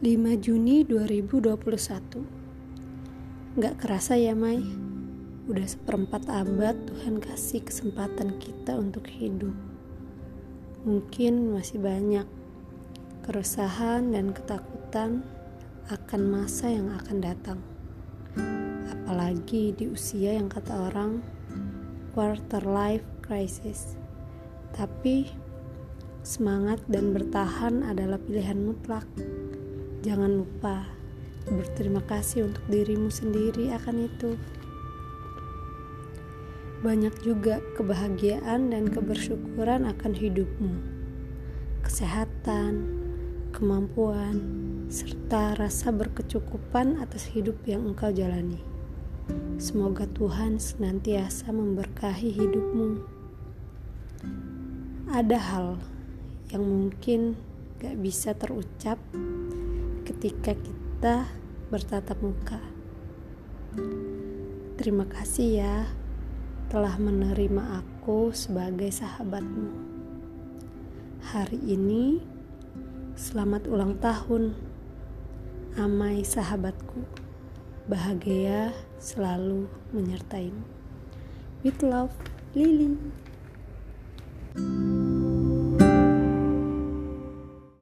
5 Juni 2021. Gak kerasa ya Mai, udah seperempat abad Tuhan kasih kesempatan kita untuk hidup. Mungkin masih banyak keresahan dan ketakutan akan masa yang akan datang. Apalagi di usia yang kata orang quarter life crisis. Tapi semangat dan bertahan adalah pilihan mutlak. Jangan lupa berterima kasih untuk dirimu sendiri akan itu. Banyak juga kebahagiaan dan kebersyukuran akan hidupmu. Kesehatan, kemampuan, serta rasa berkecukupan atas hidup yang engkau jalani. Semoga Tuhan senantiasa memberkahi hidupmu. Ada hal yang mungkin gak bisa terucap ketika kita bertatap muka. Terima kasih ya telah menerima aku sebagai sahabatmu. Hari ini selamat ulang tahun, Amai sahabatku. Bahagia selalu menyertaimu. With love, Lily.